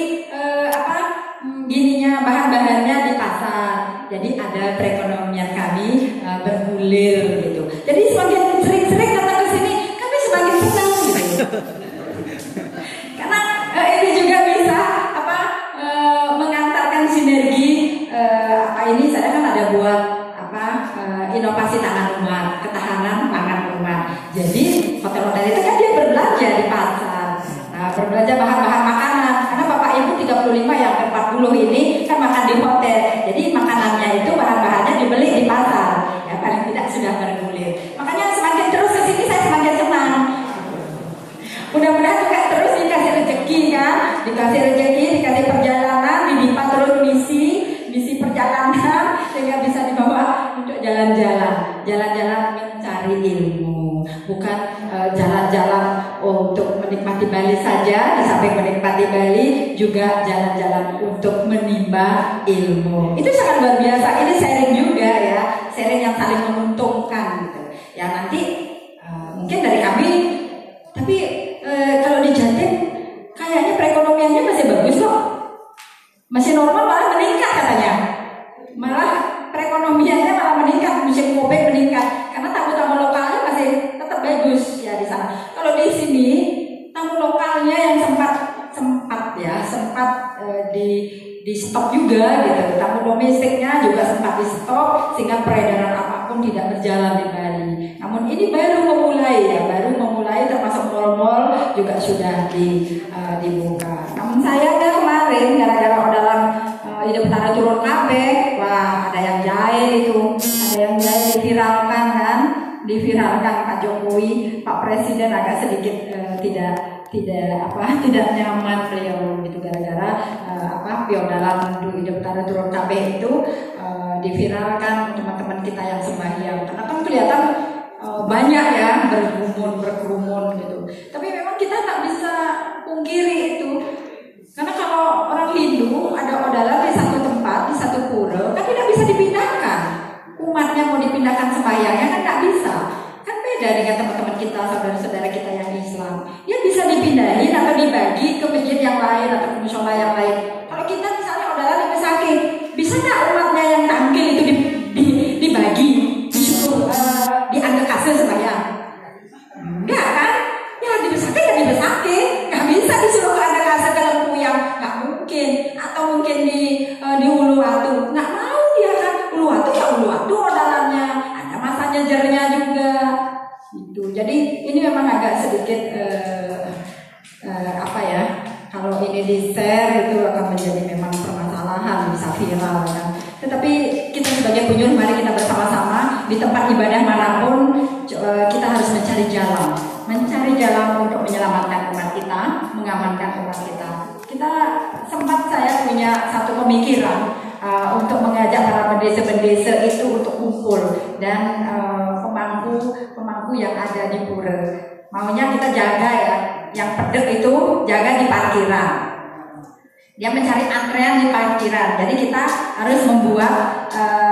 bahan-bahannya di pasar. Jadi ada perekonomian kami bergulir gitu. Jadi semakin sering-sering datang ke sini, kami semakin senang gitu. Karena ini juga bisa mengantarkan sinergi ini saya kan ada buat inovasi tahan umat, ketahanan pangan umat. Jadi hotel-hotel itu kan dia berbelanja di pasar. Nah, berbelanja bahan-bahan makanan. Karena Bapak Ibu 35 yang ke 40 ini kan makan di hotel. Jadi makanannya itu bahan-bahannya dibeli di pasar. Ya paling tidak sudah bergulir. Makanya semakin terus ke sini saya semakin senang. Mudah-mudahan juga terus dikasih rezeki kan, dikasih rezeki, dikasih perjalanan, didipa terus misi perjalanan sehingga bisa dibawa untuk jalan-jalan mencari ilmu, bukan jalan-jalan untuk menikmati Bali saja. Di samping menikmati Bali juga jalan-jalan untuk menimba ilmu. Itu sangat luar biasa. Ini sharing juga ya, sharing yang saling menguntungkan gitu. Ya nanti mungkin dari kami, tapi kalau di Jatim kayaknya perekonomiannya masih bagus kok, masih normal, malah meningkat katanya. Malah perekonomiannya malah meningkat, musim COVID meningkat karena tamu-tamu lokalnya masih tetap bagus. domestiknya juga sempat di stop sehingga peredaran apapun tidak berjalan di Bali. Namun ini baru memulai ya, baru memulai, termasuk mal-mal juga sudah dibuka. Namun sayangnya kemarin gara-gara odalan ide petara turun kabeh, wah ada yang jahil itu, ada yang jahil diviralkan Pak Jokowi, Pak Presiden agak sedikit tidak nyaman beliau gitu gara-gara piodalan ide petara turun kabeh itu diviralkan teman-teman kita yang sembahyang, karena kan kelihatan banyak ya berkerumun gitu. Tapi memang kita tak bisa pungkiri itu, karena kalau orang Hindu ada odalan di satu tempat, di satu pura, kan tidak bisa dipindahkan. Umatnya mau dipindahkan sembahyangnya kan nggak bisa. Kan beda dengan teman-teman kita, saudara-saudara kita yang Islam. Ya bisa dipindahin atau dibagi ke masjid yang lain atau ke mushola yang lain. Kalau kita misalnya odalan di Besaki, bisa nggak umatnya yang tangkil itu dibagi, disuruh diangkat kasih sembahyang? Enggak kan? Ya di Besaki ya di Besaki, nggak bisa disuruh angkat kasih ke Lempuyang, nggak mungkin. Atau mungkin di Uluwatu, nggak mau dia kan. Uluwatu ya Uluwatu odalannya, ada masa nyejernya juga. Gitu. Jadi ini memang agak sedikit kalau ini di share itu akan menjadi memang permasalahan, bisa viral kan. Tetapi kita sebagai penyuluh, mari kita bersama-sama di tempat ibadah manapun kita harus mencari jalan untuk menyelamatkan umat kita, mengamankan umat kita. Saya punya satu pemikiran untuk mengajak para pendesa-pendesa itu untuk kumpul dan pemangku yang ada di pura. Maunya kita jaga ya, yang pedek itu jaga di parkiran. Dia mencari antrean di parkiran. Jadi kita harus membuat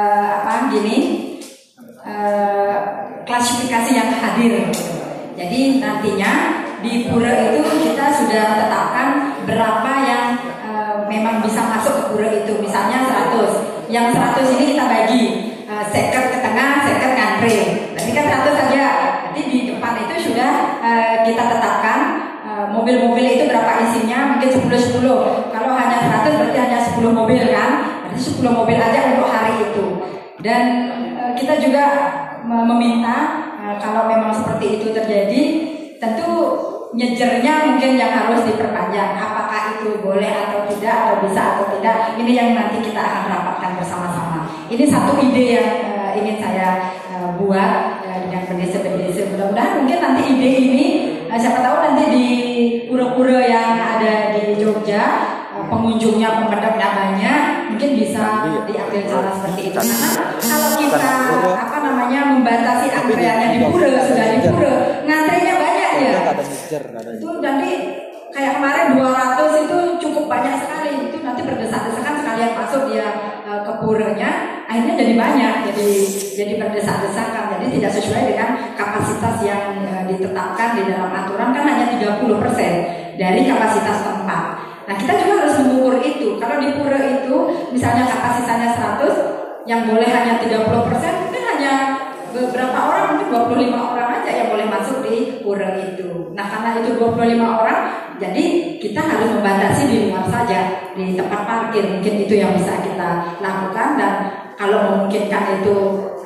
klasifikasi yang hadir. Jadi nantinya di pura itu kita sudah tetapkan berapa yang memang bisa masuk ke pura itu. Misalnya 100. Yang 100 ini kita bagi 50 ke tengah, 50 ngantri. Berarti kan 100 saja. Nanti di depan itu sudah kita tetapkan mobil-mobil itu berapa isinya, mungkin 10. Kalau hanya 100 berarti hanya 10 mobil kan. Berarti 10 mobil aja untuk hari itu. Dan kita juga meminta kalau memang seperti itu terjadi, tentu nyejernya mungkin yang harus diperpanjang. Apakah itu boleh atau tidak, atau bisa atau tidak, ini yang nanti kita akan rapatkan bersama-sama. Ini satu ide yang ingin saya buat dengan pendesa-pendesa. Mudah-mudahan mungkin nanti ide ini, siapa tahu nanti di pura-pura yang ada di Jogja, pengunjungnya, pemedapnya banyak, mungkin bisa diambil cara seperti itu. Karena kalau kita membatasi antreannya di pura, sudah di pura, ngantrinya banyak ya. Itu nanti kayak kemarin 200 itu cukup banyak sekali. Itu nanti berdesak-desakan sekalian masuk dia ke puranya, akhirnya jadi banyak, jadi berdesak-desakan. Jadi tidak sesuai dengan kapasitas yang ditetapkan di dalam aturan, kan hanya 30% dari kapasitas tempat. Nah, kita juga harus mengukur itu. Kalau di pura itu misalnya kapasitasnya 100, yang boleh hanya 30%, mungkin hanya beberapa orang, mungkin 25 orang aja yang boleh masuk di pura itu. Nah, karena itu 25 orang, jadi kita harus membatasi di luar saja, di tempat parkir. Mungkin itu yang bisa kita lakukan, dan kalau memungkinkan itu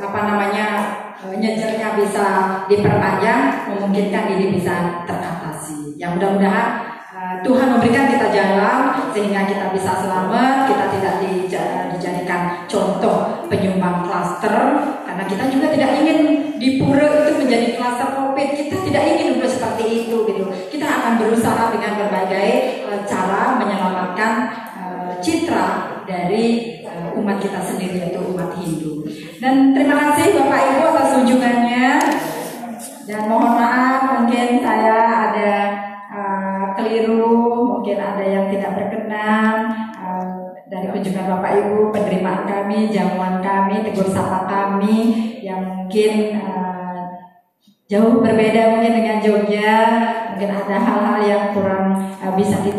nyejernya bisa diperpanjang, memungkinkan ini bisa teratasi. Yang mudah-mudahan Tuhan memberikan kita jalan sehingga kita bisa selamat, kita tidak dijadikan contoh penyumbang klaster, karena kita juga tidak ingin di pura itu menjadi klaster COVID. Kita tidak ingin udah seperti itu gitu. Kita akan berusaha dengan berbagai cara menyelamatkan citra dari umat kita sendiri, yaitu umat Hindu. Dan terima kasih Bapak Ibu atas kunjungannya, dan mohon maaf mungkin saya ada keliru, mungkin ada yang tidak berkenan dari kunjungan Bapak Ibu, penerimaan kami, jamuan kami, tegur sapa kami yang mungkin jauh berbeda mungkin dengan Jogja. Mungkin ada hal-hal yang kurang bisa